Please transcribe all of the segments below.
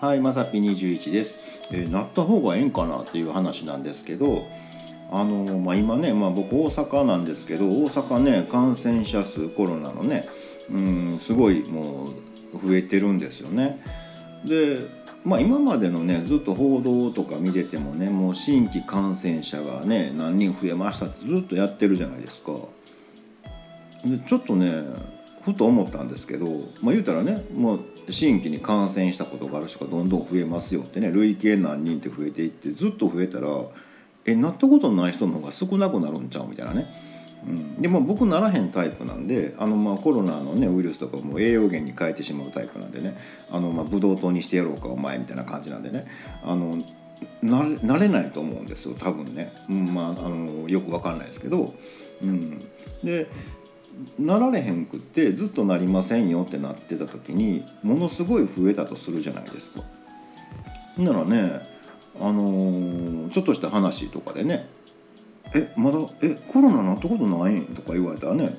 はい、まさぴ21です。なった方がええんかなっていう話なんですけど、今ね、僕大阪なんですけど、大阪ね、感染者数コロナのね、すごいもう増えてるんですよね。で、今までのね、ずっと報道とか見ててもね、もう新規感染者がね、何人増えましたってずっとやってるじゃないですか。でちょっとねふと思ったんですけど、言うたらね、もう新規に感染したことがある人がどんどん増えますよってね、累計何人って増えていってずっと増えたら、なったことない人の方が少なくなるんちゃうみたいなね。でも僕ならへんタイプなんで、コロナのねウイルスとかも栄養源に変えてしまうタイプなんでね、ブドウ糖にしてやろうかお前みたいな感じなんでね、なれないと思うんですよ多分ね。よくわかんないですけど、でなられへんくってずっとなりませんよってなってた時にものすごい増えたとするじゃないですか。ならね、ちょっとした話とかでねまだコロナなったことないんとか言われたらね、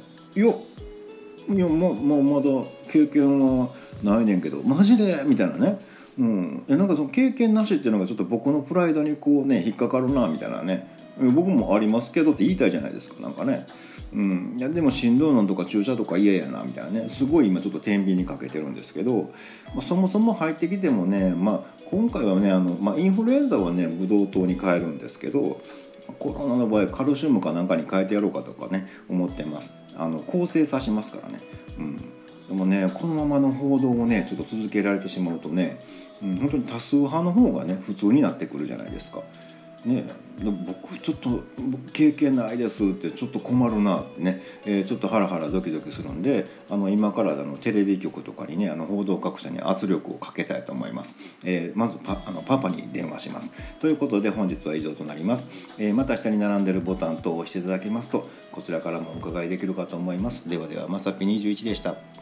まだ経験はないねんけどマジでみたいなね。なんかその経験なしっていうのがちょっと僕のプライドにこうね引っかかるなみたいなね。僕もありますけどって言いたいじゃないですか、なんかね。いやでもしんどいのとか注射とか嫌やなみたいなね、すごい今ちょっと天秤にかけてるんですけど、そもそも入ってきてもね、今回はねインフルエンザはねブドウ糖に変えるんですけど、コロナの場合カルシウムかなんかに変えてやろうかとかね思ってます。抗生さしますからね。でもねこのままの報道をねちょっと続けられてしまうとね、本当に多数派の方がね普通になってくるじゃないですか。僕ちょっと経験ないですってちょっと困るなってね、ちょっとハラハラドキドキするんで、今からテレビ局とかにね報道各社に圧力をかけたいと思います。まずパパに電話します。ということで本日は以上となります。また下に並んでいるボタン等を押していただけますとこちらからもお伺いできるかと思います。ではまさぴ21でした。